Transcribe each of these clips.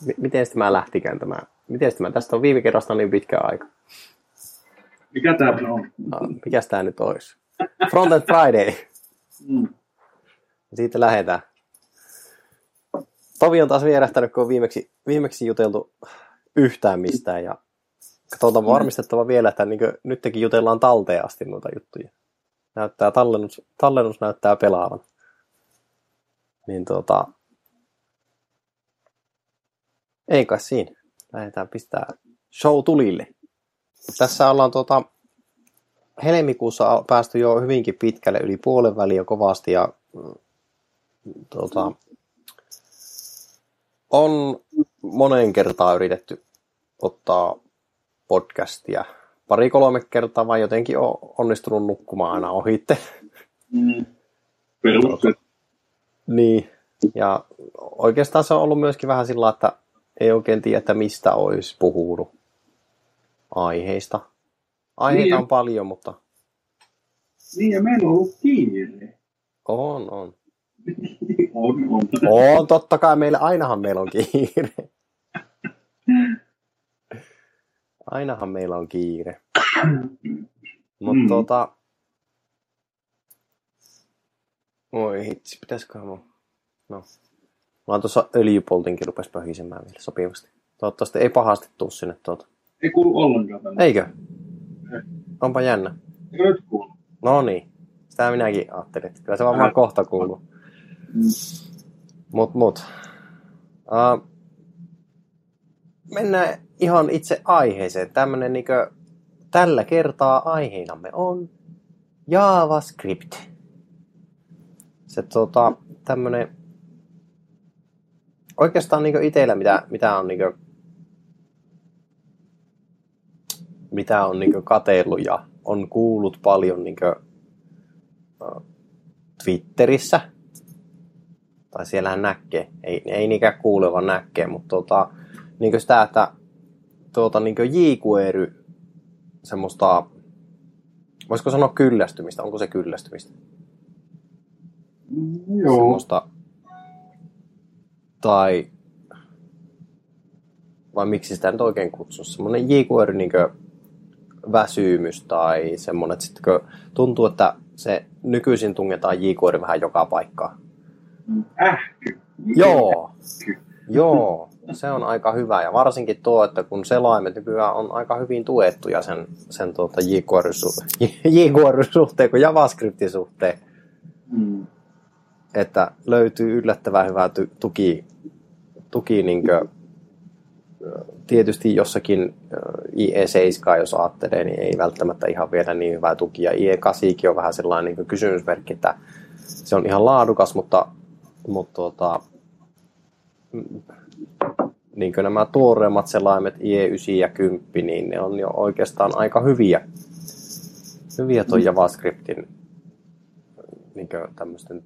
Miten tämä lähtikään tämä? Tästä on viime kerrasta niin pitkä aika. Mikä tää on? No, mikäs tää nyt olisi? Frontend Friday. Siitä lähdetään. Tovi on taas vierähtänyt, kun on viimeksi juteltu yhtään mistään. Ja katsotaan varmistettava vielä, että niin nytkin jutellaan talteen asti noita juttuja. Näyttää tallennus näyttää pelaavan. Niin ei kai siinä. Lähdetään pistää show tulille. Tässä ollaan helmikuussa päästy jo hyvinkin pitkälle, yli puolen väliin jo kovasti. Ja on moneen kertaan yritetty ottaa podcastia. 2-3 kertaa, vaan jotenkin on onnistunut nukkumaan aina ohitte. Niin. Ja oikeastaan se on ollut myöskin vähän sillä, että ei oikein tiedä, että mistä olisi puhunut aiheista. Aiheita on paljon, mutta... Niin, ja meillä on ollut kiire. On. on. On, totta kai ainahan meillä on kiire. Ainahan meillä on kiire. Mutta Oi hitsi, pitäisiköhän mun... No. Mä tuossa öljypoltinkin rupesi pöhisemään vielä sopivasti. Toivottavasti ei pahasti tuu sinne Ei kuulu ollenkaan tänne. Eikö? Onpa jännä. Eikö nyt kuulu? No niin. Sitä minäkin ajattelin. Kyllä se varmaan kohta kuuluu. Mennään ihan itse aiheeseen. Tämmönen niinkö... Tällä kertaa aiheinamme on JavaScript. Se tämmönen... Oikeastaan niinkö itellä mitä on niinkö katsellut ja on kuullut paljon niinkö Twitterissä. Tai siellähän näkee. Ei niinkään kuule, vaan näkee, mutta niinkö sitä, että niinkö jQuery semmoista, voisiko sanoa kyllästymistä? Onko se kyllästymistä? Joo. Semmoista, vai miksi sitä nyt oikein kutsuu? Semmoinen jQuery niinkö väsymys tai semmoinen, että sitten tuntuu, että se nykyisin tungetaan jQuery vähän joka paikkaan. Ähky. Joo, se on aika hyvä. Ja varsinkin että kun selaimet nykyään on aika hyvin tuettuja sen jQuery suhteen kuin JavaScriptin suhteen. Että löytyy yllättävän hyvää tuki niinkö, tietysti jossakin IE7, jos ajattelee, niin ei välttämättä ihan vielä niin hyvää tukia. IE8 on vähän sellainen niin kysymysmerkki, että se on ihan laadukas, mutta niin nämä tuoreemmat selaimet IE9 ja 10, niin ne on jo oikeastaan aika hyviä tuon JavaScriptin niin tämmöisten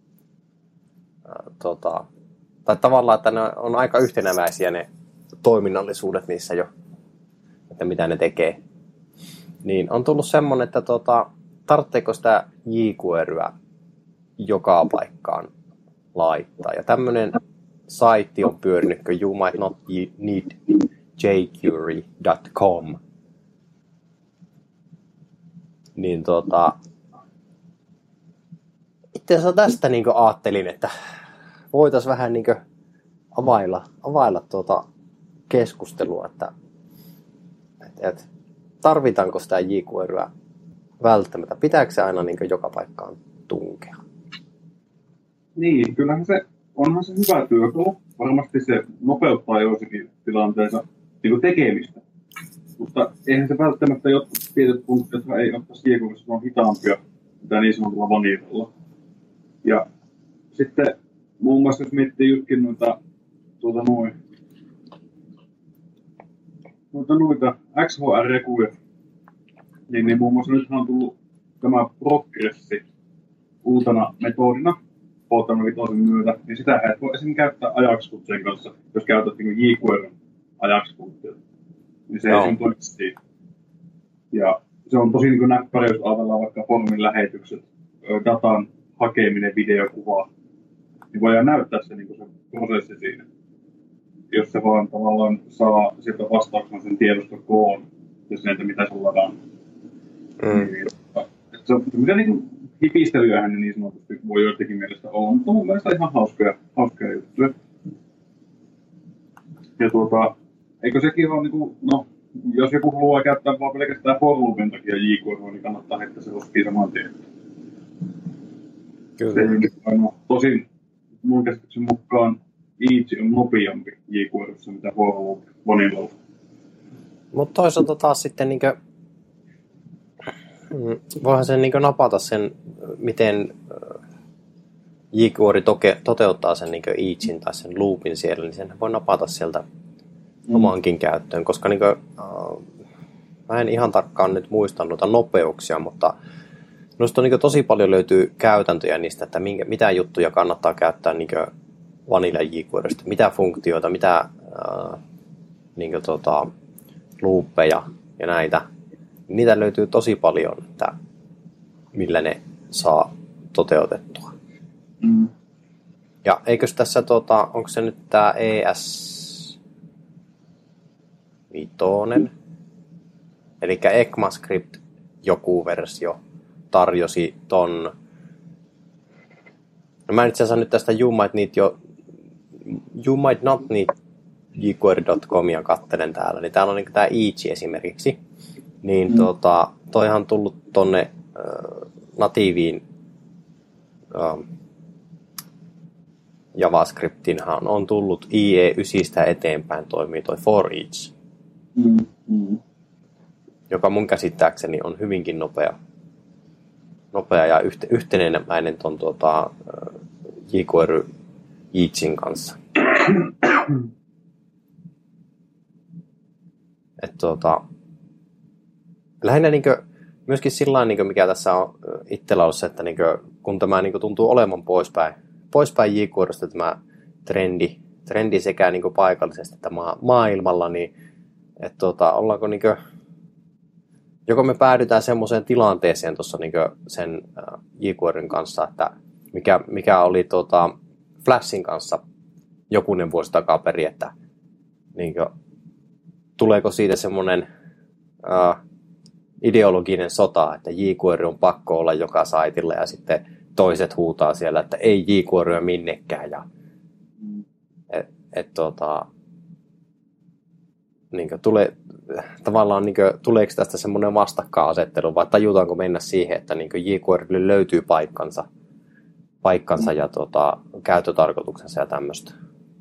tai tavallaan, että ne on aika yhtenäväisiä ne toiminnallisuudet niissä jo, että mitä ne tekee. Niin on tullut semmonen, että tarvitseeko sitä jQueryä joka paikkaan laittaa. Ja tämmönen saitti on pyörinyt, you might not need jQuery.com. Niin itse asiassa tästä niinku ajattelin, että voitaisiin vähän niinku availla keskustelua, että tarvitaanko sitä jQueryä välttämättä. Pitääkö se aina niinku joka paikkaan tunkea? Niin, kyllähän onhan se hyvä työkalu. Varmasti se nopeuttaa joissakin tilanteissa niin tekemistä. Mutta eihän se välttämättä jotkut tietyt punktit, jotka ei ottaisi jQueryssä, on hitaampia mitä niin sanotulla vanillalla. Ja sitten muun muassa jos miettii jutkin noita XHR-rekuja, niin muun muassa nythän on tullut tämä progressi uutena metodina Python 5 myötä, niin sitä et voi esimerkiksi käyttää ajakskutsien kanssa, jos käytät jQueryn ajakskuttia. Niin se ei sen toimi siitä. Ja se on tosi niin näppäri, jos ajatellaan vaikka formin lähetykset, datan hakeminen, videokuva, niin voidaan näyttää se, niin se prosessi siinä. jos se vaan tavallaan saa sieltä vastauksena sen tiedostokoon, jos näitä mitä sulla on. Niin, se on niin hipistelyähän niin sanotusti voi joidenkin mielestä olla, mutta mun mielestä ihan hauskoja juttuja. Ja eikö sekin ole, niin kuin, no, jos joku haluaa käyttää vaan pelkästään for loopin takia jQueryä, niin kannattaa heittää se roskiin saman tien. Kyllä. Se on tosin mun käsityksen mukaan Easy on nopeampi jQueryssä, mitä for loop vanilla. Mutta toisaalta taas sitten niinkö, voihan sen niinkö napata sen, miten jQuery toteuttaa sen niinkö eachin tai sen loopin siellä, niin sen voi napata sieltä omaankin käyttöön, koska niinkö, mä en ihan tarkkaan nyt muista noita nopeuksia, mutta noista niinkö tosi paljon löytyy käytäntöjä niistä, että mitä juttuja kannattaa käyttää niinkö vanilla jQuerystä, mitä funktioita, mitä niinkö loopeja ja näitä. Niitä löytyy tosi paljon, että millä ne toteutettua. Ja eikös tässä, onko se nyt tämä ES5, eli ECMAScript joku versio tarjosi ton, no mä itse asiassa nyt tästä You Might Not Need jQuery.comia kattelen täällä, niin täällä on niin tämä Eachy esimerkiksi, niin toihan on tullut tonne natiiviin JavaScriptinhan on tullut IE9 eteenpäin toimii toi for each, joka mun käsittääkseni on hyvinkin nopea ja yhteneväinen ton jQuery eachin kanssa. Lähinnä niinkö myöskin sillain niinkö mikä tässä on itsellä ollut se, että niinkö kun tämä niinkö tuntuu olevan poispäin jQuerystä tämä trendi sekä niinkö paikallisesti että maailmalla, niin että ollaanko niinkö joko me päädytään semmoiseen tilanteeseen tuossa niinkö sen jQueryn kanssa, että mikä oli Flashin kanssa jokunen vuosi takaperin, että niinkö tuleeko siitä semmoinen ideologinen sota, että jQuery on pakko olla joka saitilla ja sitten toiset huutaa siellä, että ei jQueryä minnekään ja niinkö tavallaan niinkö tuleeko tästä semmoinen vastakkainasettelu vai tajutaanko mennä siihen, että niinkö jQuerylle löytyy paikkansa ja käyttötarkoituksensa ja tämmöistä.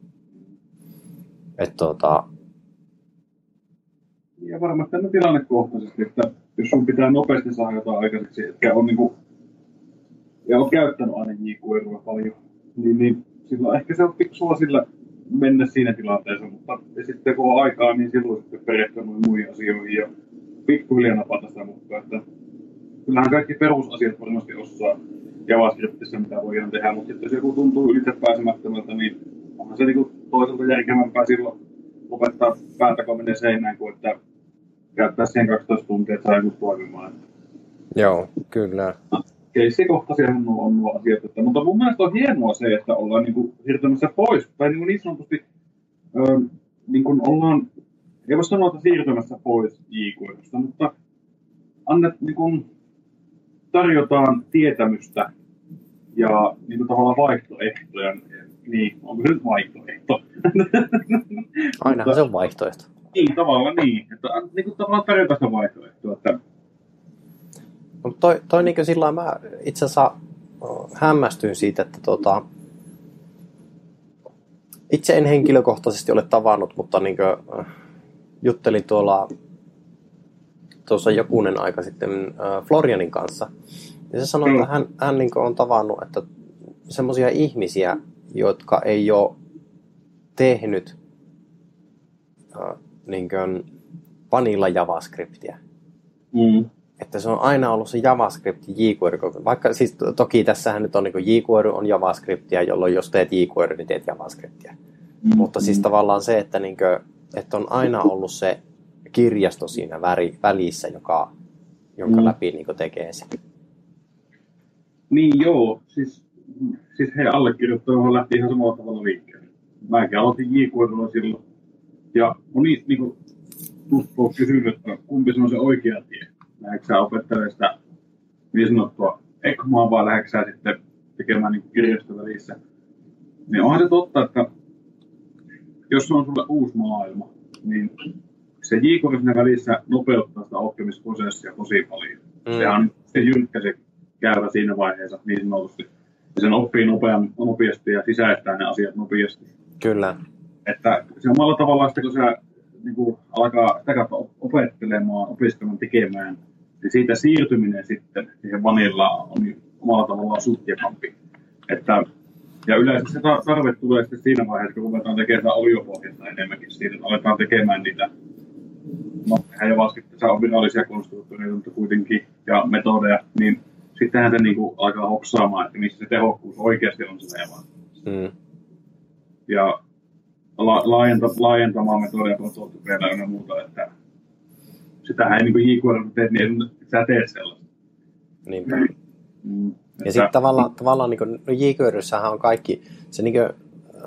Ja varmasti tämä tilannekohtaisesti, että jos sun pitää nopeasti saada jotain aikaiseksi, etkä on niinku, ja olet käyttänyt aina jQueryä paljon, niin silloin ehkä se on fiksua sillä mennä siinä tilanteessa, mutta sitten kun on aikaa, niin silloin sitten perehtyä muihin asioihin ja pikkuhiljaa napata sitä mukaan, että kyllähän kaikki perusasiat varmasti osaa JavaScriptissä, mitä voidaan tehdä, mutta jos joku tuntuu ylitsepääsemättömältä, niin onhan se niinku toisaalta järkevämpää silloin lopettaa päätäkö menee seinään, kuin että käyttää siihen 12 tuntia, että saa joku toimimaan. Joo, kyllä. Keissikohtaisiahan on nuo asiat, mutta mun mielestä on hienoa se, että ollaan niinku siirtymässä pois, tai niin sanotusti niin ollaan, ei voi sanoa, että siirtymässä pois jQuerystä, mutta niin tarjotaan tietämystä ja niin tavallaan vaihtoehtoja. Niin, onko se nyt vaihtoehto? Ainahan se on vaihtoehto. Niin, tavallaan niin. Että niin tavallaan tarjotaan sitä vaihtoehtoa. Että no, toi niin sillä mä itse asiassa hämmästyin siitä, että itse en henkilökohtaisesti ole tavannut, mutta niin juttelin tuossa jokunen aika sitten Florianin kanssa. Ja se sanoi, että hän niin on tavannut, että semmoisia ihmisiä, jotka ei ole tehnyt niin vanilla JavaScriptia. Että se on aina ollut se JavaScript jQuery. Vaikka siis toki tässähän nyt on niin jQuery on JavaScriptia, jolloin jos teet jQuery, niin teet JavaScriptia. Mutta siis tavallaan se, että, niin kuin, että on aina ollut se kirjasto siinä välissä, jonka läpi niin tekee se. Niin joo, siis he allekirjoittajahan lähti ihan samalla tavalla liikkeelle. Mäkin aloitin jQuerylla silloin Ja moni niin tuttu on kysynyt, että kumpi se on se oikea tie. Lähdekö sä opettelemaan sitä niin sanottua ECMOa vai lähdekö sä sitten tekemään niin kirjastovälissä. Niin onhan se totta, että jos se on sulle uusi maailma, niin se J-kori siinä välissä nopeuttaa sitä oppimisprosessia tosi paljon. Sehän on se jyrkkä se käyrä siinä vaiheessa niin sanotusti. Ja sen oppii nopeasti ja sisäistää ne asiat nopeasti. Kyllä. Että se omalla tavallaan sitten, kun sä niin kun alkaa sitä kautta opettelemaan, opiskelemaan, tekemään, niin siitä siirtyminen sitten siihen vanillaan on omalla tavallaan sutjakampi. Ja yleensä se tarve tulee sitten siinä vaiheessa, kun ruvetaan tekemään oliopohjasta enemmänkin siitä, että aletaan tekemään niitä JavaScriptissa on virallisia konstruktoreita, mutta kuitenkin, ja metodeja, niin sittenhän se niinku alkaa hoksaamaan, että missä se tehokkuus oikeasti on se JavaScript. Ja laajentamaan metodeja prototypeilla ja muuta, että sitähän ei niin JQL teet, niin sä teet sellaista. Niinpä. Ja sitten tavallaan niin jQueryssähän on kaikki, se niin kuin,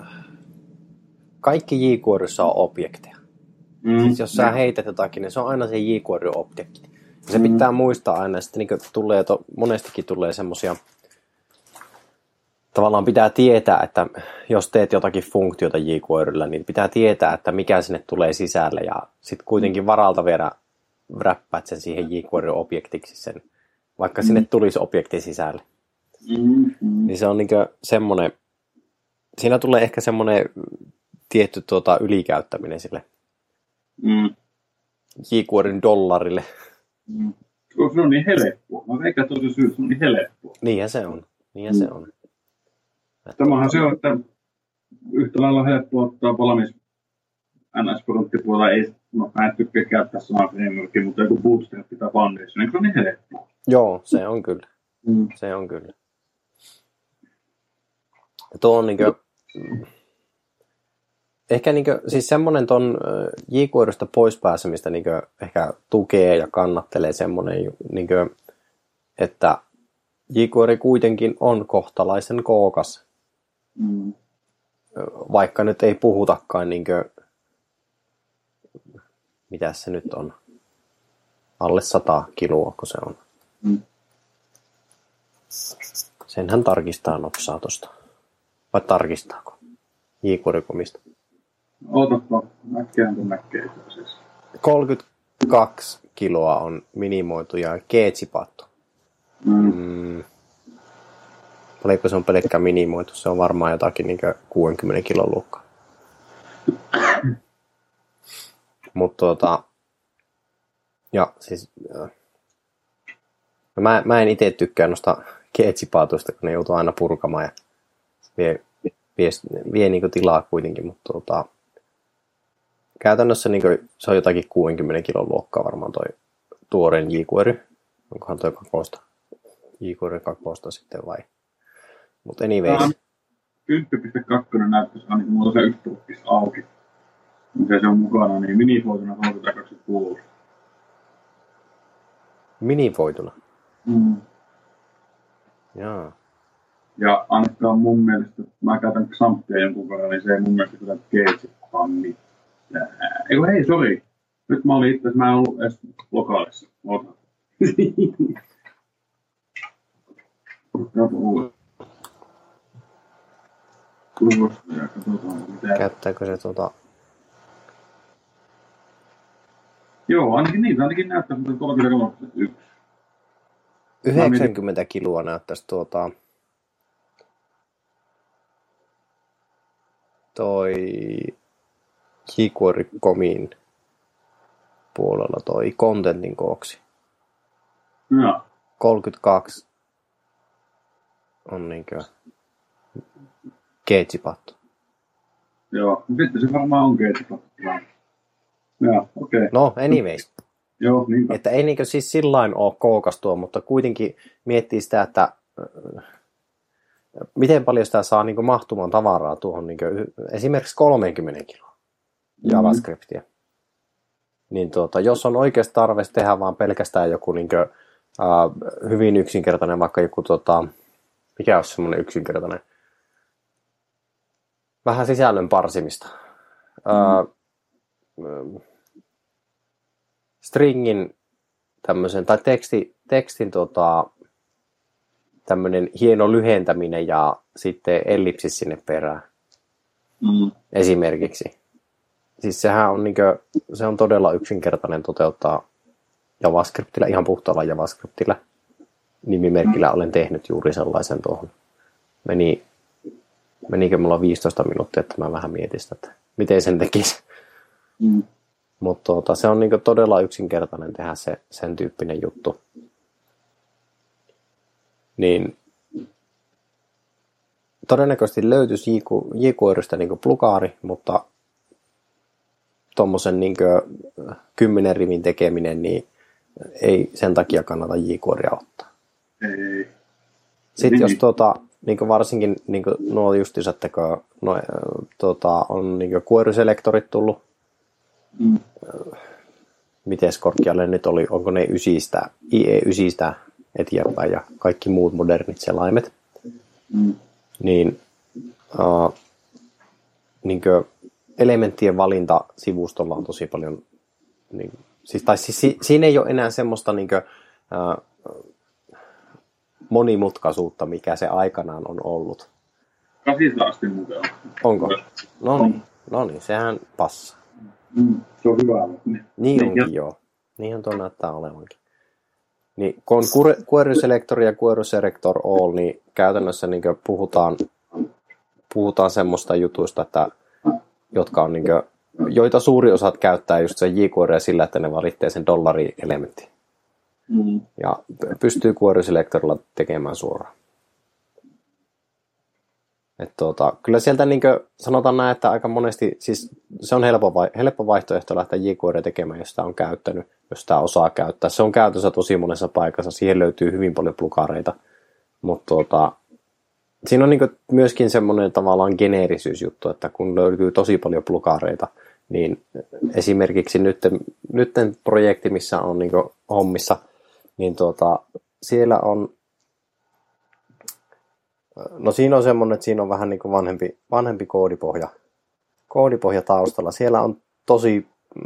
kaikki jQueryssä on objekteja. Siis jos sä heität jotakin, niin se on aina se jQuery-objekti. Ja se pitää muistaa aina, että niin monestikin tulee semmosia, tavallaan pitää tietää, että jos teet jotakin funktiota jQueryllä, niin pitää tietää, että mikä sinne tulee sisälle, ja sitten kuitenkin varalta vielä räppäät sen siihen jQuery-objektiksi sen, vaikka sinne tulisi objekti sisälle. Niin se on niinku semmoinen, siinä tulee ehkä semmoinen tietty ylikäyttäminen sille jQueryn dollarille. Se on niin helppoa. Mä veikkaan, että se on niin helppoa. Niinhän se on. Tämähän se on, että yhtä lailla helppoa ottaa valmis NS-fronttipuolella. Mä en tykkää käyttää sanaa frameworkia, mutta joku Bootstrap tai Foundation, niin se on niin helppoa. Joo, se on kyllä. Se on kyllä. Ja tuo on niinku, ehkä niinku, siis semmoinen ton jQuerystä pois pääsemistä niinku ehkä tukee ja kannattelee semmoinen, niinku, että jQuery kuitenkin on kohtalaisen kookas. Vaikka nyt ei puhutakaan niinku, mitä se nyt on, alle 100 kiloa, kun se on. Senhän tarkistaa nopsaa tosta. Vai tarkistaako? jQuery-komista. Ootapa, näkee siis. 32 kiloa on minimoitu ja keetsipattu. Paljonko se on pelkkä minimoitu? Se on varmaan jotakin niin 60 kilon luokkaa. Mutta ja siis mä en itse tykkää noista keetsipatuista, kun ne joutuu aina purkamaan ja vie niin tilaa kuitenkin, mutta käytännössä niin se on jotakin 60 kilon luokkaa varmaan toi tuoreen jQuery. Onkohan toi kakoosta? jQuery kakoosta sitten vai? Mutta anyways. 10.2 näyttäisi ainakin muuta se yksi tukkis auki. Mikä se on mukana, niin minivoituna 36. Minivoituna? Jaa. Ja ainakaan mun mielestä, mä käytän Xampia jonkun verran, niin se ei mun mielestä kyllä keitsipaa mitään. Hei, sori. Nyt mä olin itse asiassa, mä en ollut edes lokaalissa. Ota. Käyttääkö se Joo, ainakin näyttää, että 33. 90 kiloa näyttäisi toi jQuery.comin puolella toi contentin kooksi. No. 32 on niinkö keetsipattu. Joo, sitten se varmaan on keetsipattu. Joo, okei. Okay. No, anyways. Joo, niinpä. Että ei niinkö siis sillain ole kookastua, mutta kuitenkin miettii sitä, että miten paljon sitä saa niin mahtumaan tavaraa tuohon niin esimerkiksi 30 kiloa JavaScriptia. Niin jos on oikeasti tarve tehdä vaan pelkästään joku niin kuin, hyvin yksinkertainen, vaikka joku, mikä olisi semmoinen yksinkertainen, vähän sisällön parsimista. stringin tämmöisen, tai tekstin tämmöinen hieno lyhentäminen ja sitten ellipsis sinne perään. Esimerkiksi. Siis sehän on, se on todella yksinkertainen toteuttaa JavaScriptillä, ihan puhtaalla JavaScriptillä. Nimimerkillä olen tehnyt juuri sellaisen tuohon. Menikö mulla 15 minuuttia, että mä vähän mietin sitä, että miten sen tekisi. Mutta se on todella yksinkertainen tehdä sen tyyppinen juttu. Niin todennäköisesti löytyisi jQuerystä plugaari, mutta tuommoisen 10 rivin tekeminen, niin ei sen takia kannata jQuerya ottaa. Ei. Sitten jos varsinkin nuo justiinsa, että on query-selektorit tullut, miten korkealle nyt oli, onko ne IE9 eteenpäin ja kaikki muut modernit selaimet, niin elementtien valinta sivustolla on tosi paljon, siinä ei ole enää semmoista monimutkaisuutta, mikä se aikanaan on ollut. 8 asti muuten on. Onko? No niin, sehän passaa. Se on hyvä. Niin onkin, joo. Niinhän tuo näyttää olevankin. Niin, kun on query selector ja query selector all, niin käytännössä puhutaan semmoista jutuista, että jotka on joita suuri osa käyttää just sen jQueryä sillä, että ne valitsee sen $-elementin. Ja pystyy query selectorilla tekemään suoraan. Kyllä sieltä sanotaan näin, että aika monesti, siis se on helppo vaihtoehto lähteä jQueryä tekemään, jos sitä on käyttänyt, jos sitä osaa käyttää. Se on käytössä tosi monessa paikassa, siihen löytyy hyvin paljon plugareita, mutta siinä on myöskin semmoinen tavallaan geneerisyysjuttu, että kun löytyy tosi paljon plugareita, niin esimerkiksi nytten projekti, missä on hommissa, niin siellä on, no siinä on semmoinen, että siinä on vähän vanhempi koodipohja taustalla. Siellä on tosi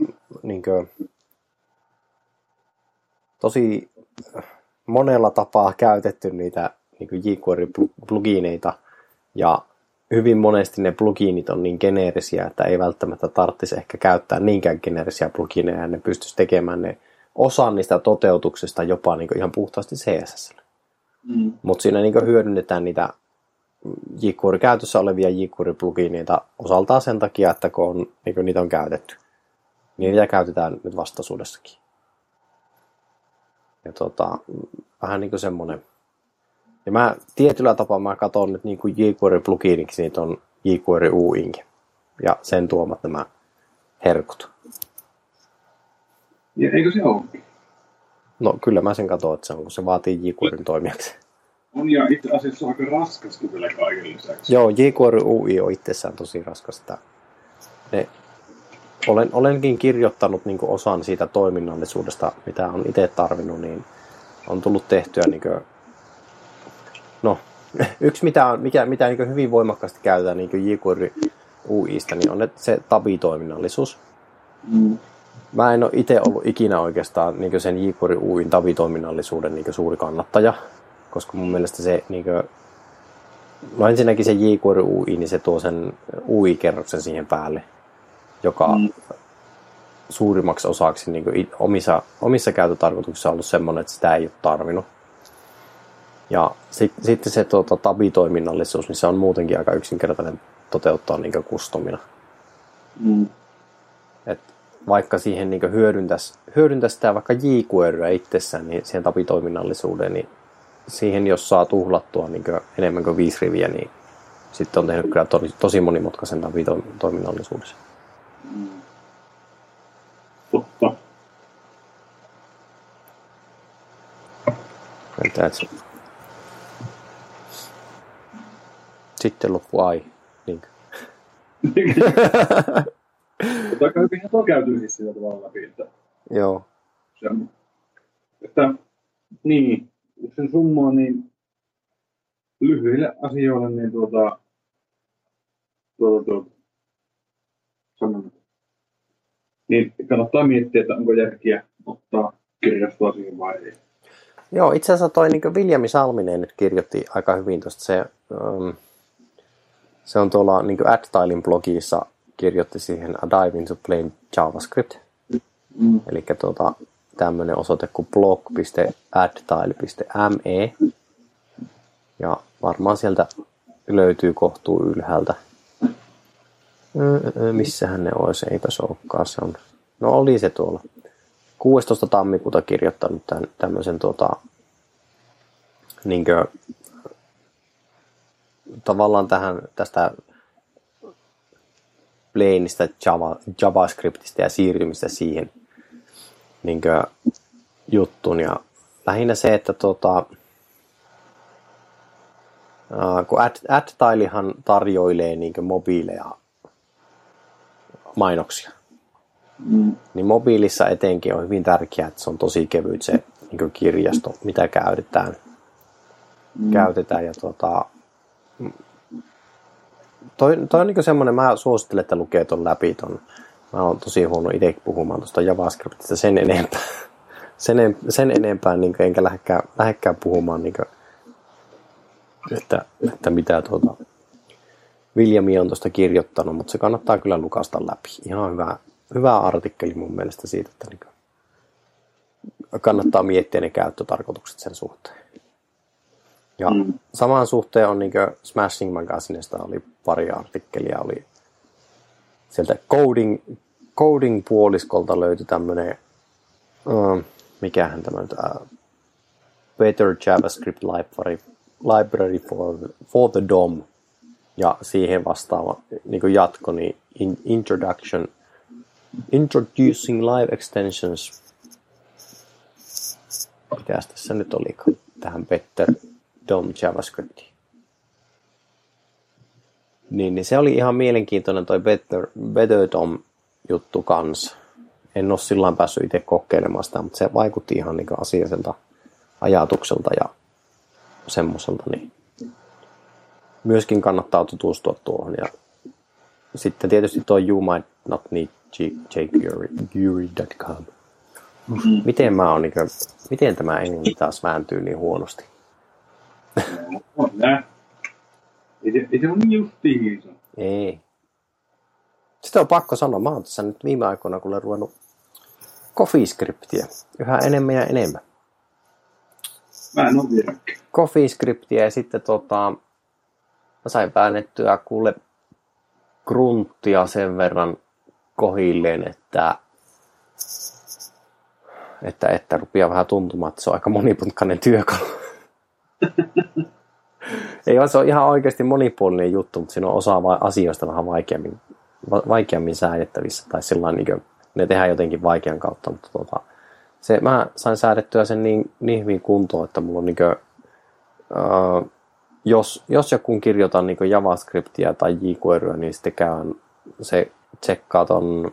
monella tapaa käytetty niitä jQuery-plugineita, ja hyvin monesti ne pluginit on niin geneerisiä, että ei välttämättä tarvitsisi ehkä käyttää niinkään geneerisiä plugineja, ja ne pystyisi tekemään ne osan niistä toteutuksista jopa ihan puhtaasti CSS:llä. Mutta siinä hyödynnetään niitä jQuery-käytössä olevia jQuery-plugineita osaltaan sen takia, että kun niitä on käytetty. Niitä käytetään nyt vastaisuudessakin. Ja vähän semmoinen. Ja mä tietyllä tapaa katson nyt jQuery-pluginiksi, niitä on jQuery UING. Ja sen tuomat nämä herkut. Ja eikö se ole? No kyllä mä sen katson, että se on, kun se vaatii jQueryn toimijaksi. On ja itse asiassa aika raskasta vielä kaiken lisäksi. Joo, jQuery UI on itsessään tosi raskasta. Olenkin kirjoittanut osan siitä toiminnallisuudesta, mitä on itse tarvinnut, niin on tullut tehtyä yksi mitä hyvin voimakkaasti käytetään jQuery UIsta, niin on se tabitoiminnallisuus. Mä en ole itse ollut ikinä oikeastaan sen jQuery UIn tabitoiminnallisuuden suuri kannattaja, koska mun mielestä se ensinnäkin se jQuery UI, niin se tuo sen UI-kerroksen siihen päälle, joka suurimmaksi osaksi omissa käytötarkoituksissa on ollut semmoinen, että sitä ei ole tarvinnut. Ja sitten se tabitoiminnallisuus, niin se on muutenkin aika yksinkertainen toteuttaa customina. Et vaikka siihen hyödyntäisi sitä vaikka jQueryä itsessään, niin siihen tabitoiminnallisuuteen, niin siihen jos saa tuhlattua enemmän kuin 5 riviä, niin sitten on tehnyt kyllä tosi monimutkaisen tabitoiminnallisuudessa. Totta. Sitten loppu ai. Aika hyvin tuo käyty siis sillä tavalla läpi, että joo. Niin, jos sen summaa, niin lyhyille asioille, niin sanon, niin kannattaa miettiä, että onko järkiä ottaa kirjastoa siihen vai ei. Joo, itse asiassa toi niin Viljami Salminen nyt kirjoitti aika hyvin tuosta. Se on tuolla niin AdTilein blogissa kirjoitti siihen A Dive into Plain JavaScript. Eli tämmöinen osoite kuin blog.adtile.me. Ja varmaan sieltä löytyy kohtuu ylhäältä. Missähän ne olisi? Eipä se olekaan. Se on. No oli se tuolla. 16. tammikuuta kirjoittanut tämmöisen niinkö tavallaan tästä plainista JavaScriptista ja siirtymistä siihen niinkö juttun. Ja lähinnä se, että kun AdTilehan tarjoilee niinkö mobiileja mainoksia. Niin mobiilissa etenkin on hyvin tärkeää, että se on tosi kevyt se niin kirjasto, mitä käytetään. Ja toi on niin semmoinen, mä suosittelen, että lukee ton läpi ton. Mä oon tosi huono itse puhumaan tuosta JavaScriptista sen enempää. sen enempää niin enkä lähdekään puhumaan, niin kuin, että mitä Viljami on tuosta kirjoittanut, mutta se kannattaa kyllä lukasta läpi. Ihan hyvä artikkeli mun mielestä siitä, että niin kannattaa miettiä ne käyttötarkoitukset sen suhteen. Ja samaan suhteen on niin Smashing Magazinesta oli pari artikkelia. Oli sieltä coding-puoliskolta löytyi tämmöinen, mikähän tämä Better JavaScript Library for the DOM. Ja siihen vastaava niin jatko, niin Introducing Live Extensions. Mitäs tässä nyt olikaan? Tähän Better DOM JavaScriptiin. Niin se oli ihan mielenkiintoinen toi Better DOM juttu kanssa. En ole silloin päässyt itse kokeilemaan sitä, mutta se vaikutti ihan niin asialliselta ajatukselta ja semmoiselta. Niin myöskin kannattaa tutustua tuohon. Ja sitten tietysti tuo You Might Not Need jQuery.com. Miten tämä englanti taas vääntyy niin huonosti? On nää. Ei se on niin justiinsa. Ei. Sitten on pakko sanoa, mä oon tässä nyt viime aikoina kuule ruvennut CoffeeScriptiä yhä enemmän ja enemmän. Mä en oo vieläkään. CoffeeScriptiä ja sitten mä sain väännettyä kuule grunttia sen verran kohilleen, että rupeaa vähän tuntumaan, että se on aika monimutkainen työkalu. Ei vaan se on ihan oikeasti monipuolinen juttu, mutta siinä on osa asioista vähän vaikeammin säädettävissä. Tai sillain, niin ne tehdään jotenkin vaikean kautta, mutta mä sain säädettyä sen niin hyvin kuntoon, että mulla on jos ja kun kirjoitan niin JavaScriptia tai jQueryä, niin sitten se tsekkaa ton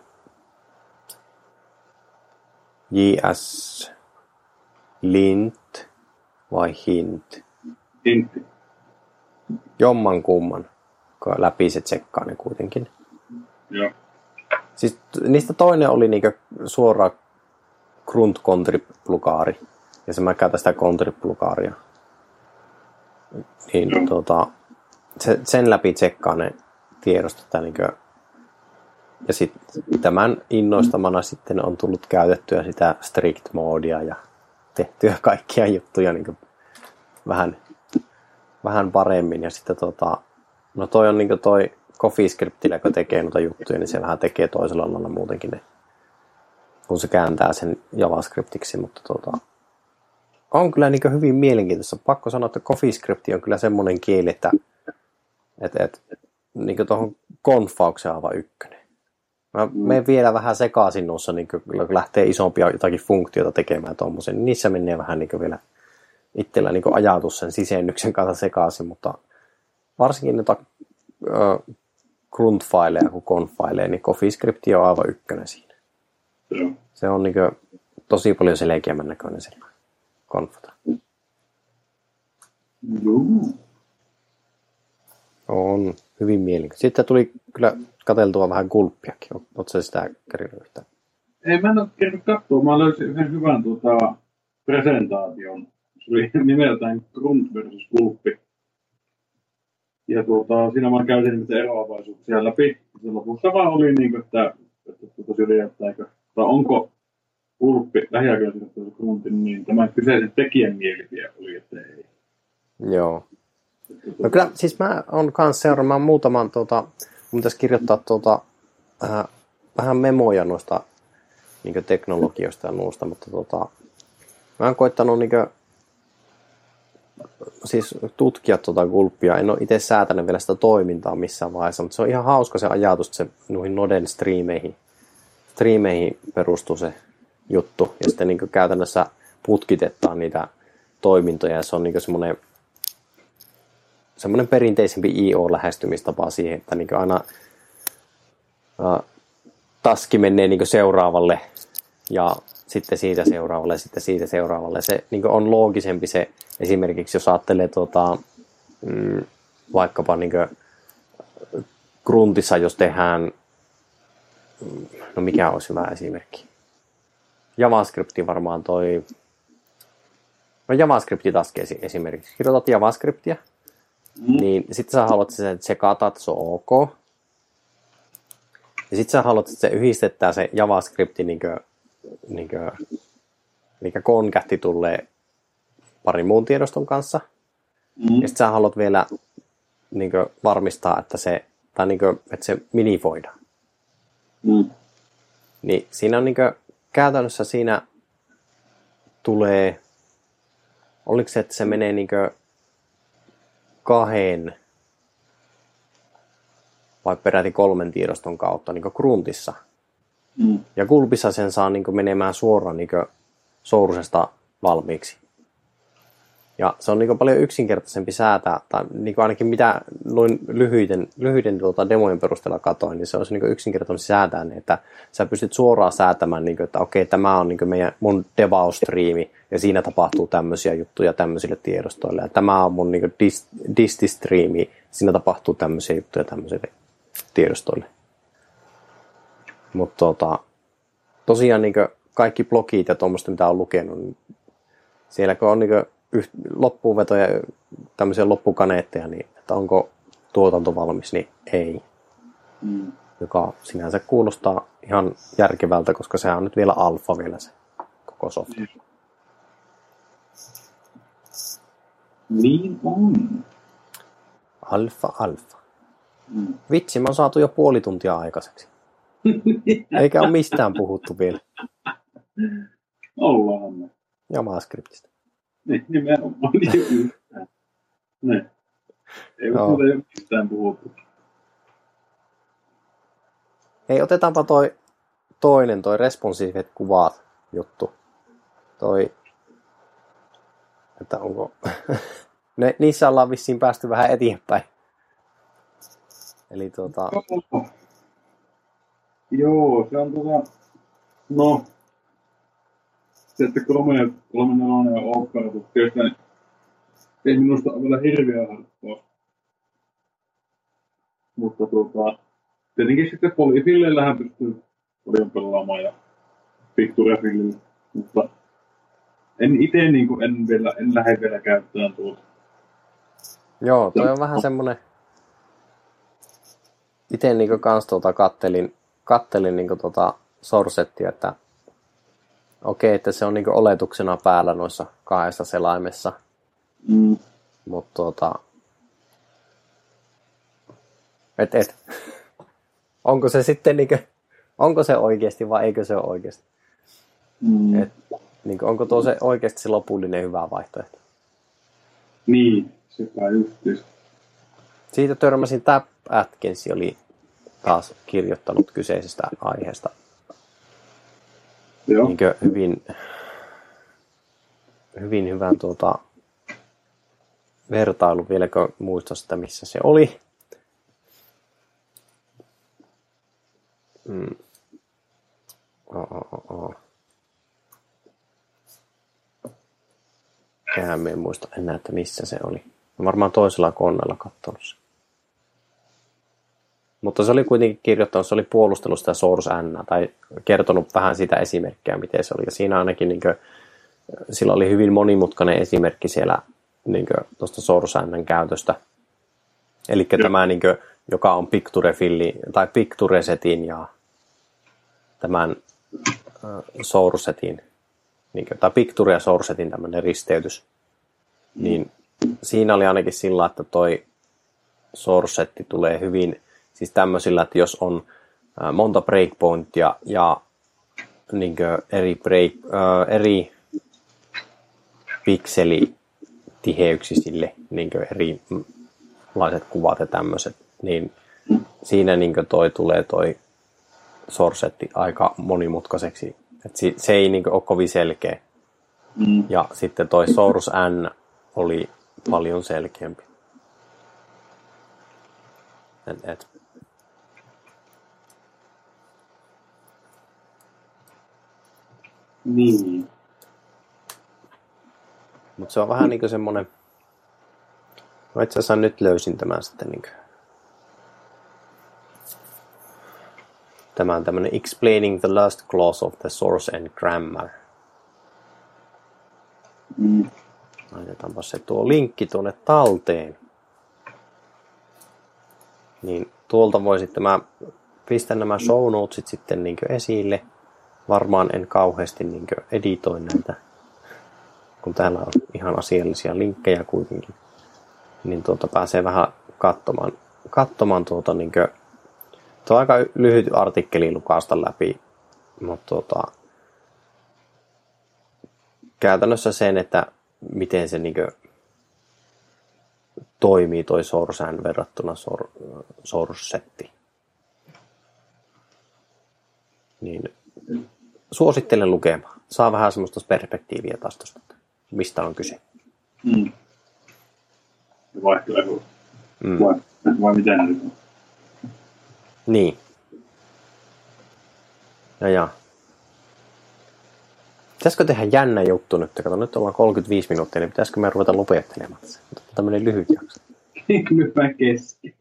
JS-lint vai hint? Hint. Jomman kumman. Läpi se tsekkaa ne kuitenkin. Joo. Siis niistä toinen oli niinku suora grunt contrib-plukaari. Ja mä käytän sitä contrib-plukaaria. Niin sen läpi tsekkaa ne tiedostot. Ja sitten tämän innoistamana sitten on tullut käytettyä sitä strict-moodia ja tehtyä kaikkia juttuja niin vähän paremmin. Ja sitten no toi on niin toi CoffeeScriptillä, kun tekee noita juttuja, niin se vähän tekee toisella lailla muutenkin ne, kun se kääntää sen JavaScriptiksi, mutta on kyllä niin hyvin mielenkiintoista. Pakko sanoa, että CoffeeScript on kyllä semmoinen kieli, että niin tuohon konfaukseen on aivan ykkönen. Mä menen vielä vähän sekaisin noissa, niin kun lähtee isompia jotakin funktioita tekemään tuommoisen, niin niissä menee vähän niin vielä itsellä niin ajatus sen sisennyksen kanssa sekaisin, mutta varsinkin noita grunt-faileja kuin conf-faileja, niin CoffeeScript on aivan ykkönen siinä. Se on niin tosi paljon selkeämmän näköinen sillä konfata. On hyvin mielenkiintoista. Sitten tuli kyllä katseltua vähän gulppiakin. Oletko sitä kerinyt yhtään Ei, mä en ole kerran katsoa. Mä löysin yhden hyvän presentaation. Se oli nimeltään Grunt versus Gulppi. Ja siinä mä käytin niitä eroavaisuuksia läpi. Ja lopussa vaan oli niin kuin, että syrjäyttääkö, tai onko Gulppi lähiaikaisesti Gruntin, niin tämän kyseisen tekijän mielipide oli, että ei. Joo. No kyllä, siis mä oon kanssa seuraamaan muutaman, mun pitäisi kirjoittaa vähän memoja noista niin teknologioista ja muusta, mutta mä oon koittanut siis tutkia Gulppia. En ole itse säätänyt vielä sitä toimintaa missään vaiheessa, mutta se on ihan hauska se ajatus, että se noihin Noden striimeihin perustuu se juttu, ja sitten niin käytännössä putkitetaan niitä toimintoja, ja se on niin semmoinen perinteisempi IO-lähestymistapa siihen, että niin aina taski menee niin seuraavalle, ja sitten siitä seuraavalle, ja sitten siitä seuraavalle. Se niin on loogisempi se, esimerkiksi jos ajattelee vaikkapa niin Gruntissa, jos tehdään, no mikä olisi hyvä esimerkki? JavaScripti varmaan JavaScripti taski esimerkiksi. Kirjoitat JavaScriptia, niin sitten sä haluat että se katat, se on ok. Ja sitten sä haluat, että se yhdistetään se JavaScripti eli konkähti tulee parin muun tiedoston kanssa. Ja sitten sä haluat vielä varmistaa, että että se minifoidaan. Niin siinä on käytännössä siinä tulee, oliko se, että se menee kahden vai peräti 3 tiedoston kautta Gruntissa. Ja Gulpissa sen saa menemään suoraan Sourcesta valmiiksi. Ja se on paljon yksinkertaisempi säätää, tai ainakin mitä noin lyhyiden demojen perusteella katoin, niin se olisi yksinkertaisempi säätää, että sä pystyt suoraan säätämään, että okei, tämä on mun devaus-striimi, ja siinä tapahtuu tämmöisiä juttuja tämmöisille tiedostoille, ja tämä on mun disti-striimi, siinä tapahtuu tämmöisiä juttuja tämmöisille tiedostoille. Mutta tosiaan kaikki blogit ja tuommoista, mitä on lukenut, niin siellä kun on loppuunvetoja, tämmöisiä loppukaneetteja, niin että onko tuotanto valmis, niin ei. Joka sinänsä kuulostaa ihan järkevältä, koska sehän on nyt vielä alfa vielä se koko softa. Niin on. Alfa. Vitsi, mä oon saatu jo puoli tuntia aikaiseksi. Eikä ole mistään puhuttu vielä. Ollaan me. JavaScriptista. Niin, nimenomaan. Ne. Ei ole mistään puhuttu. Hei, otetaanpa toinen responsive kuvat juttu. Että onko... niissä ollaan vissiin päästy vähän eteenpäin. Eli Joo, se on no... Se, että 3.4 on oukkauduttu, tietysti ei minusta ole vielä hirveä harppaa. Mutta tietenkin sitten Polyfilleillähän pystyy paljon pelaamaan ja Picturefillillä, mutta en itse en lähde vielä käyttämään tuota. Joo, toi on vähän semmonen... Itse kans kattelin sourcettia, että okei, että se on oletuksena päällä noissa 2 selaimessa. Mutta onko se sitten onko se oikeasti vai eikö se ole oikeasti? Onko tuo se oikeasti se lopullinen hyvä vaihtoehto? Niin, sepä just. Siitä törmäsin, Tab Atkins oli taas kirjoittanut kyseisestä aiheesta. Joo. Hyvin hyvän vertailu, vieläkö muista sitä, missä se oli. Eihän en muista enää, että missä se oli. Mä varmaan toisella koneella katsonut sen. Mutta se oli kuitenkin kirjoittanut, se oli puolustellut sitä Source N, tai kertonut vähän sitä esimerkkiä, miten se oli. Ja siinä ainakin niin kuin, sillä oli hyvin monimutkainen esimerkki siellä niin tuosta Source N käytöstä. Eli tämä, niin kuin, joka on Picturefilli, tai Picturesetin ja tämän Sourcetin, niin kuin, tai Picture ja Sourcetin tämmöinen risteytys. Niin siinä oli ainakin sillä, että toi Sourcetti tulee hyvin, siis tämmöisillä, että jos on monta breakpointia ja niin eri pikselitiheyksisille niin erilaiset kuvat ja tämmöiset, niin siinä niin tulee toi Sourcetti aika monimutkaiseksi. Et se ei niin ole kovin selkeä. Ja sitten toi Source N oli paljon selkeämpi. Niin. Mutta se on vähän niinku semmonen... No itse asiassa nyt löysin tämän sitten niinku... Tämä on tämmönen Explaining the last clause of the source and grammar. Laitetaanpa se tuo linkki tuonne talteen. Niin tuolta voi sitten mä pistän nämä show notesit sitten niinku esille. Varmaan en kauheasti niinku editoi näitä, kun täällä on ihan asiallisia linkkejä kuitenkin. Niin pääsee vähän katsomaan niinku. Tuo on aika lyhyt artikkeli lukaista läpi, mutta käytännössä sen, että miten se niinku toimii toi Sourceään verrattuna Sourcetti. Niin suosittelen lukemaan. Saa vähän semmoista perspektiiviä taas tosta, mistä on kyse. Vaihtoehto. Vai mitä nyt on? Niin. Ja. Pitäisikö tehdä jännä juttu nyt? Kato, nyt ollaan 35 minuuttia, niin pitäisikö me ruveta lopettelemaan se? Tämmöinen lyhyt jakso. Nyt mä kesken.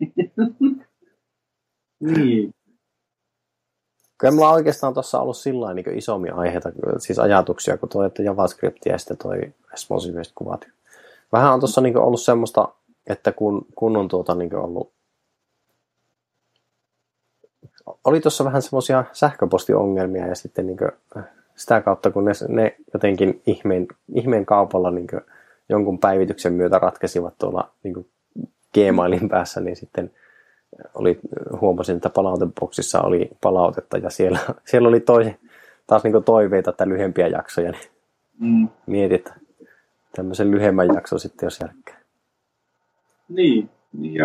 Niin. Kyllä mulla oikeastaan tuossa ollut sillain niin isommin aiheita, siis ajatuksia, kun tuo JavaScript ja sitten toi responsive kuvat. Vähän on tuossa niin ollut semmoista, että kun on niin ollut... Oli tuossa vähän semmoisia sähköpostiongelmia ja sitten niin sitä kautta, kun ne jotenkin ihmeen kaupalla niin jonkun päivityksen myötä ratkesivat tuolla niin Gmailin päässä, niin sitten huomasin, että palauteboksissa oli palautetta ja siellä oli taas niin toiveita, että lyhyempiä jaksoja. Niin mietin, että tämmöisen lyhyemmän jakson sitten jos järkkää. Niin ja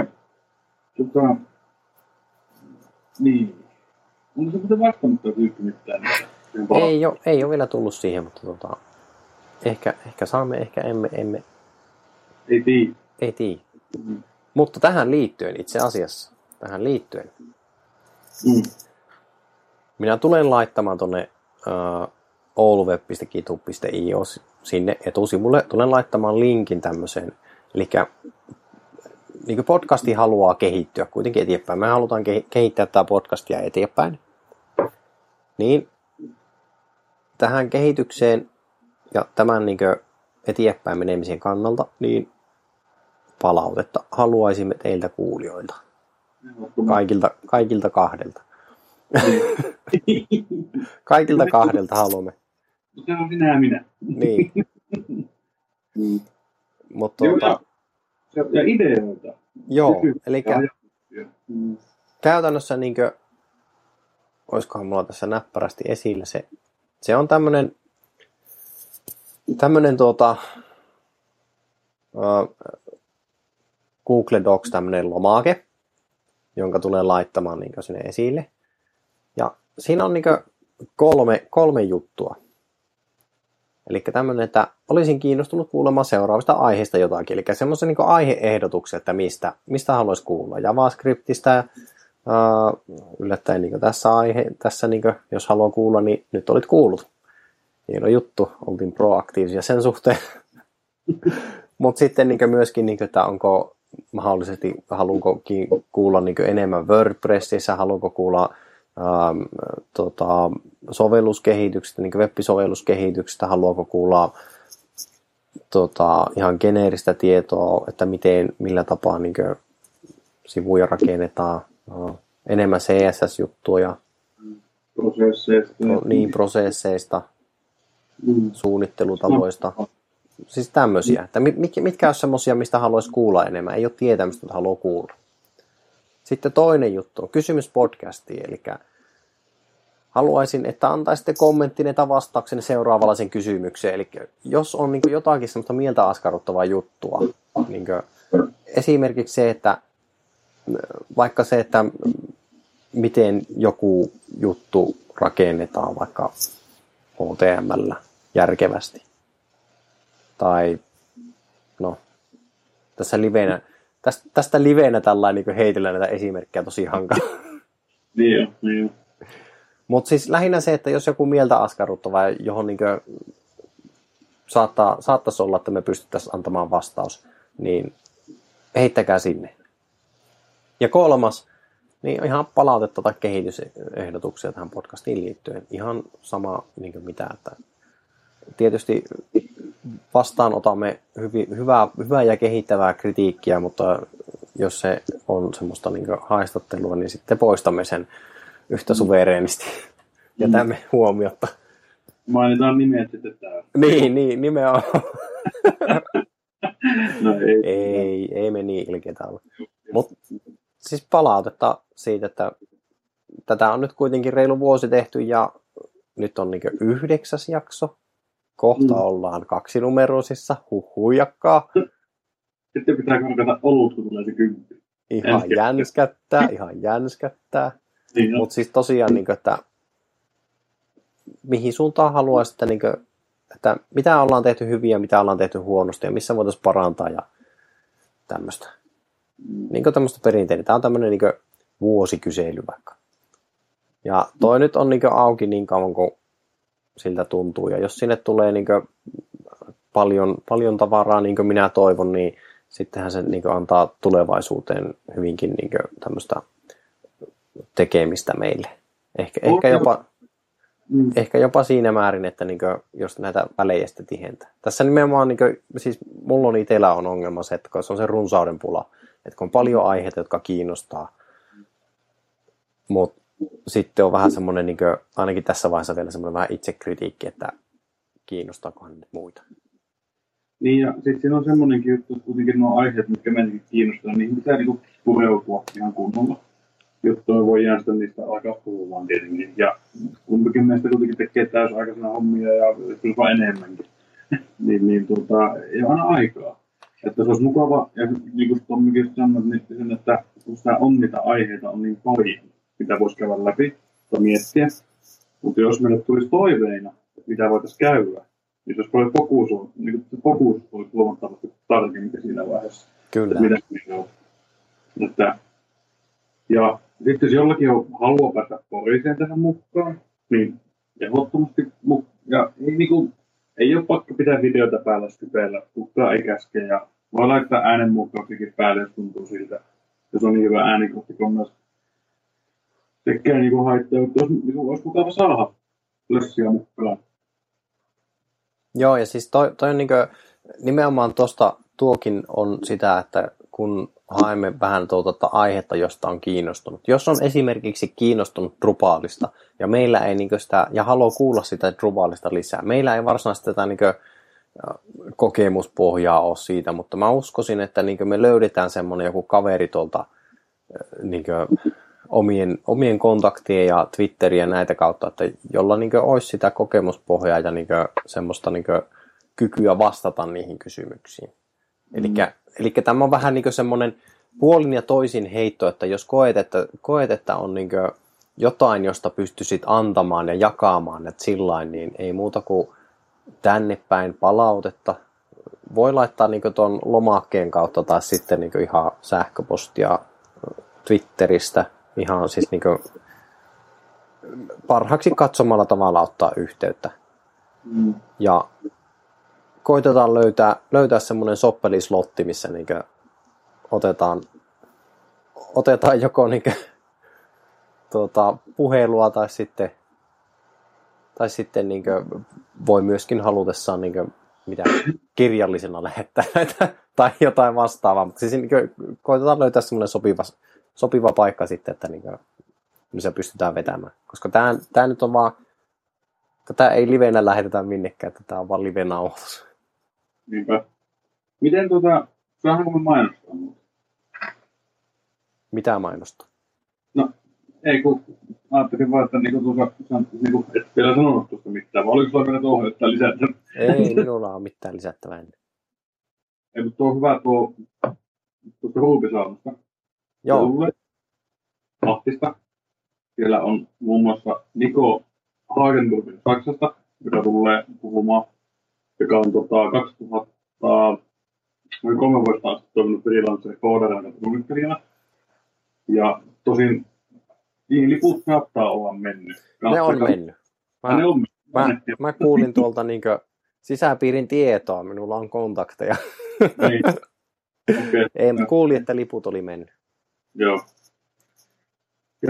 niin. Onko se muuten vastannut tuo tyyppi mitään? Ei ole vielä tullut siihen, mutta ehkä saamme, ehkä emme. Ei tiedä. Mutta tähän liittyen itse asiassa, minä tulen laittamaan tuonne ouluweb.kitu.io sinne etusivulle, tulen laittamaan linkin tämmöiseen, eli niin podcasti haluaa kehittyä kuitenkin eteenpäin. Me halutaan kehittää tämä podcastia eteenpäin. Niin tähän kehitykseen ja tämän niin eteenpäin menemisen kannalta, niin palautetta haluaisimme teiltä kuulijoilta. Kaikilta kahdelta. Kaikilta kahdelta haluamme. Se on sinä ja minä. Niin. Mutta ja ideoita. Joo, eli käytännössä niinkö, olisikohan mulla tässä näppärästi esillä se on tämmönen Google Docs tämmönen lomake, jonka tulee laittamaan niinkö sinne esille. Ja siinä on niinkö kolme juttua. Eli tämmöinen, että olisin kiinnostunut kuulemaan seuraavista aiheista jotakin. Eli semmoisen niin aihe-ehdotuksen, että mistä haluaisi kuulla. JavaScriptistä, yllättäen niin tässä niin jos haluaa kuulla, niin nyt olit kuullut. Hieno juttu, oltiin proaktiivisia sen suhteen. Mutta sitten niin myöskin, niin että onko mahdollisesti haluanko kuulla niin enemmän WordPressissä, haluanko kuulla sovelluskehityksestä, niin web-sovelluskehityksestä, haluanko kuulla ihan geneeristä tietoa, että millä tapaa niin sivuja rakennetaan, enemmän CSS-juttuja, prosesseista, suunnittelutavoista. Siis tämmöisiä, että mitkä on semmoisia, mistä haluaisi kuulla enemmän. Ei ole tietämistä, mutta haluaa kuulla. Sitten toinen juttu on kysymys podcastiin, eli haluaisin, että antaisitte kommenttine tai vastauksenne seuraavallaisen kysymykseen. Eli jos on niin jotakin semmoista mieltä askarruttavaa juttua, niin esimerkiksi se, että vaikka se, että miten joku juttu rakennetaan vaikka HTML järkevästi. Tai no, tästä livenä tällainen niin heitellä näitä esimerkkejä tosi hankala. Niin. Mutta siis lähinnä se, että jos joku mieltä askarruttava, johon niin saattaisi olla, että me pystyttäisiin antamaan vastaus, niin heittäkää sinne. Ja kolmas, niin ihan palautetta tai kehitysehdotuksia tähän podcastiin liittyen. Ihan sama niin mitä, että tietysti vastaanotamme hyvää ja kehittävää kritiikkiä, mutta jos se on semmoista niin haistattelua, niin sitten poistamme sen yhtä suvereenisti. Jätämme huomiota. Mainitaan nimet sitten täällä. Niin, nimenomaan. No ei me niin ilkeitä olla. Mutta siis palautetta siitä, että tätä on nyt kuitenkin reilu vuosi tehty ja nyt on niin 9. jakso. Kohta ollaan 2-numeroisissa, huijakkaa. Sitten pitää korkata olut, kun tulee se 10. Ihan jänskättää. Niin mutta siis tosiaan, niin kuin, että mihin suuntaan haluaisit, että, niin kuin, että mitä ollaan tehty hyvin ja mitä ollaan tehty huonosti ja missä voitaisiin parantaa ja tämmöistä. Niin kuin tämmöistä perinteinen. Tämä on tämmöinen niin kuin vuosikysely vaikka. Ja toi nyt on niin kuin auki niin kauan kuin siltä tuntuu. Ja jos sinne tulee niin kuin paljon tavaraa, niin kuin minä toivon, niin sittenhän se niin kuin antaa tulevaisuuteen hyvinkin niin kuin tämmöistä tekemistä meille. Ehkä jopa siinä määrin, että niin kuin, jos näitä välejä sitten tihentää. Tässä nimenomaan, niin kuin, siis mulla on itsellä on ongelma se, että se on se runsauden pula. Että kun on paljon aiheita, jotka kiinnostaa, mutta sitten on vähän semmoinen, niin kuin, ainakin tässä vaiheessa vielä semmoinen vähän itsekritiikki, että kiinnostaakohan nyt muita. Niin ja sitten siinä on semmoinenkin juttu, että kuitenkin nuo aiheet, mitkä meidänkin kiinnostaa, niin pitää niinku pureutua ihan kunnolla. Jotta me voi jäädä niistä alkaa puhumaan tietenkin. Ja kumpikin meistä kuitenkin tekee täysaikaisena hommia ja kyllä enemmänkin. niin ei ole aina aikaa. Että se olisi mukava, ja niin kuin Tommikin sanoi, niin että kun sitä on niitä aiheita on niin paljon, mitä voisi käydä läpi tai miettiä. Mutta jos meille tulisi toiveina, mitä voitaisiin käydä, niin se olisi paljon fokus olisi huomattavasti tarkemmin siinä vaiheessa. Kyllä. Mitä se on. Ja sitten jos jollakin on halua päästä Poriseen tähän mukaan, niin ehdottomasti ja ei ole pakko pitää videota päällä Skypeellä, kukaan ei käske ja voi laittaa äänenmuokkauksikin päälle, jos tuntuu siltä. Jos on niin hyvä äänikortti, kun myös tekee haittaa, että olisi mukava saada lössiä mukaan. Joo, ja siis toi on nimenomaan tuokin on sitä, että kun haemme vähän aihetta, josta on kiinnostunut. Jos on esimerkiksi kiinnostunut Drupalista ja meillä ei sitä, ja haluaa kuulla sitä Drupalista lisää, meillä ei varsinaisesti tätä kokemuspohjaa ole siitä, mutta mä uskoisin, että me löydetään semmoinen joku kaveri tuolta omien kontaktien ja Twitteriä näitä kautta, että jolla olisi sitä kokemuspohjaa ja semmoista kykyä vastata niihin kysymyksiin. Eli tämä on vähän semmoinen puolin ja toisin heitto, että jos koet, että on jotain, josta pystyisit antamaan ja jakamaan, että sillain, niin ei muuta kuin tänne päin palautetta. Voi laittaa tuon lomakkeen kautta tai sitten ihan sähköpostia Twitteristä, ihan siis parhaaksi katsomalla tavalla ottaa yhteyttä. Ja koitetaan löytää semmoinen soppelislotti, missä otetaan joko puhelua tai sitten voi myöskin halutessaan mitä kirjallisena lähettää näitä tai jotain vastaavaa. Mutta siis koitetaan löytää semmoinen sopiva paikka sitten, että missä pystytään vetämään. Koska tämä nyt on vaan, tätä ei livenä lähetetä minnekään, että tämä on vaan live-nauhoitus. Niinpä. Miten saadaanko me mainostaa muuta? Mitä mainostaa? No, ei kun ajattelin vaan, että et vielä sanonut tuosta mitään, vai oliko sulla vielä tuohon jotain lisättävää? Ei minulla ole mitään lisättävää ennen. Ei, mutta tuo on hyvä tuosta Ruubisaamasta. Joo. Lahtista. Siellä on muun muassa Niko Hagenburg Saksasta, joka tulee puhumaan, joka on 3 vuotta asti toiminut freelancer-koodarina suunnittelijana. Ja tosin niihin liput saattaa olla mennyt. Ne on mennyt. Mä kuulin tuolta sisäpiirin tietoa, minulla on kontakteja. Ei. Okay. Ei, mutta kuulin, että liput oli mennyt. Joo. Ja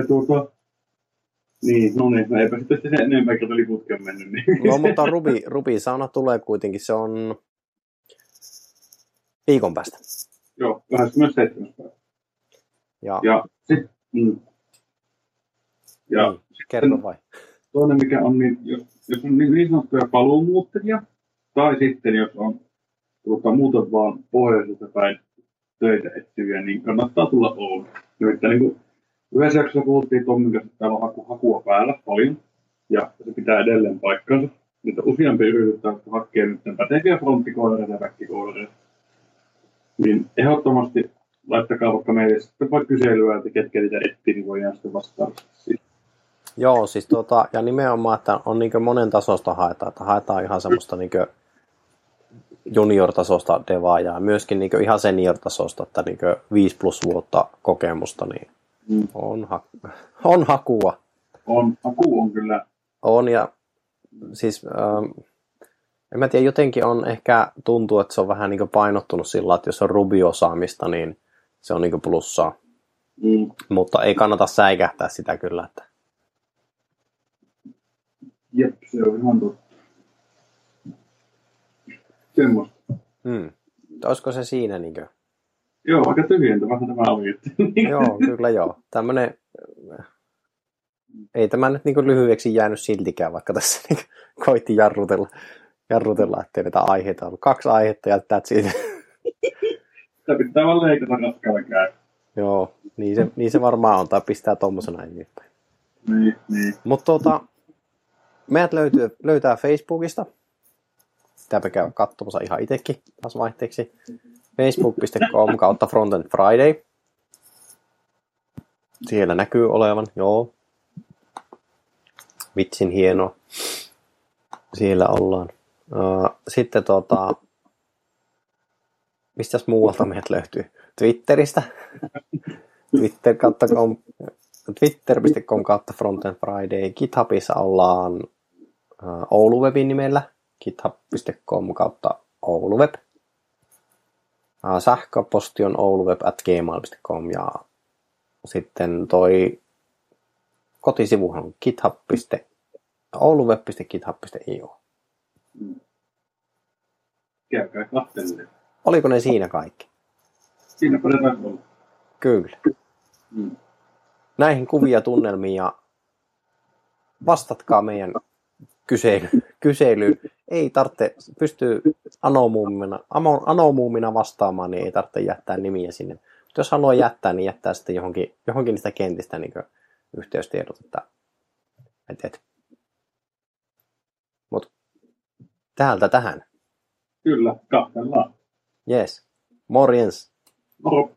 no eipä sitten sen enemmän, kun liputkin on mennyt. Niin. No, mutta Ruby-sauna tulee kuitenkin, se on viikon päästä. Joo, 27. päivä. Ja sitten... kerro vai? Toinen mikä on, niin jos on niin sanottuja paluumuuttajia, tai sitten jos on muuten vaan pohjoisesta päin töitä etsiviä, niin kannattaa tulla Ouluun. Nimittäin yhdessä jaksossa puhuttiin Tommin kanssa, että täällä on hakua päällä paljon, ja se pitää edelleen paikkansa. Niitä useampi yritetään, että hakee nyt päteviä fronttikoireita ja väkkikoireita. Niin ehdottomasti laittakaa vaikka meille sitten vaikka kyselyä, että ketkä niitä etsii, niin voidaan sitten vastata siitä. Joo, siis ja nimenomaan, että on monen tasosta haetaan, että haetaan ihan semmoista junior-tasosta devaa ja myöskin ihan senior-tasosta, että 5+ vuotta kokemusta, niin on hakua. Haku on kyllä. On, ja siis en mä tiedä, jotenkin on ehkä tuntuu, että se on vähän painottunut sillä, että jos on Ruby-osaamista, niin se on plussaa. Mutta ei kannata säikähtää sitä kyllä, että jep, se on ihan totta. Semmosta. Olisiko se siinä Joo, aika tyhjentävä tämä oli. Joo, kyllä joo. Tämmönen, ei tämä nyt lyhyeksi jäänyt siltikään, vaikka tässä koitti jarrutella, ettei näitä aiheita ollut. 2 aihetta ja that's it. Sitä pitää vaan leikata raskaalla käy. Joo, niin se varmaan on, tai pistää tommosena eteenpäin. Niin. Mutta meidät löytää Facebookista. Pitääpä käydä katsomassa ihan itsekin taas vaihteeksi. facebook.com/frontendfriday. Siellä näkyy olevan, joo. Vitsin hienoa. Siellä ollaan. Sitten mistäs muualta meidät löytyy? Twitteristä. Twitter.com/frontendfriday. GitHubissa ollaan Ouluwebin nimellä. github.com/ouluweb. Sähköposti on ouluweb@gmail.com ja sitten toi kotisivuhan on ouluweb.github.io. Käykää katselemaan. Oliko ne siinä kaikki? Siinä pidetään olla. Kyllä. Näihin kuvia tunnelmiin ja vastatkaa meidän kyselyyn. Ei tarvitse, pystyy anomuumina vastaamaan, niin ei tarvitse jättää nimiä sinne. Mutta jos haluaa jättää, niin jättää sitten johonkin niistä kentistä yhteystiedot. Mutta täältä tähän. Kyllä, katsellaan. Yes. Morjens. Moro.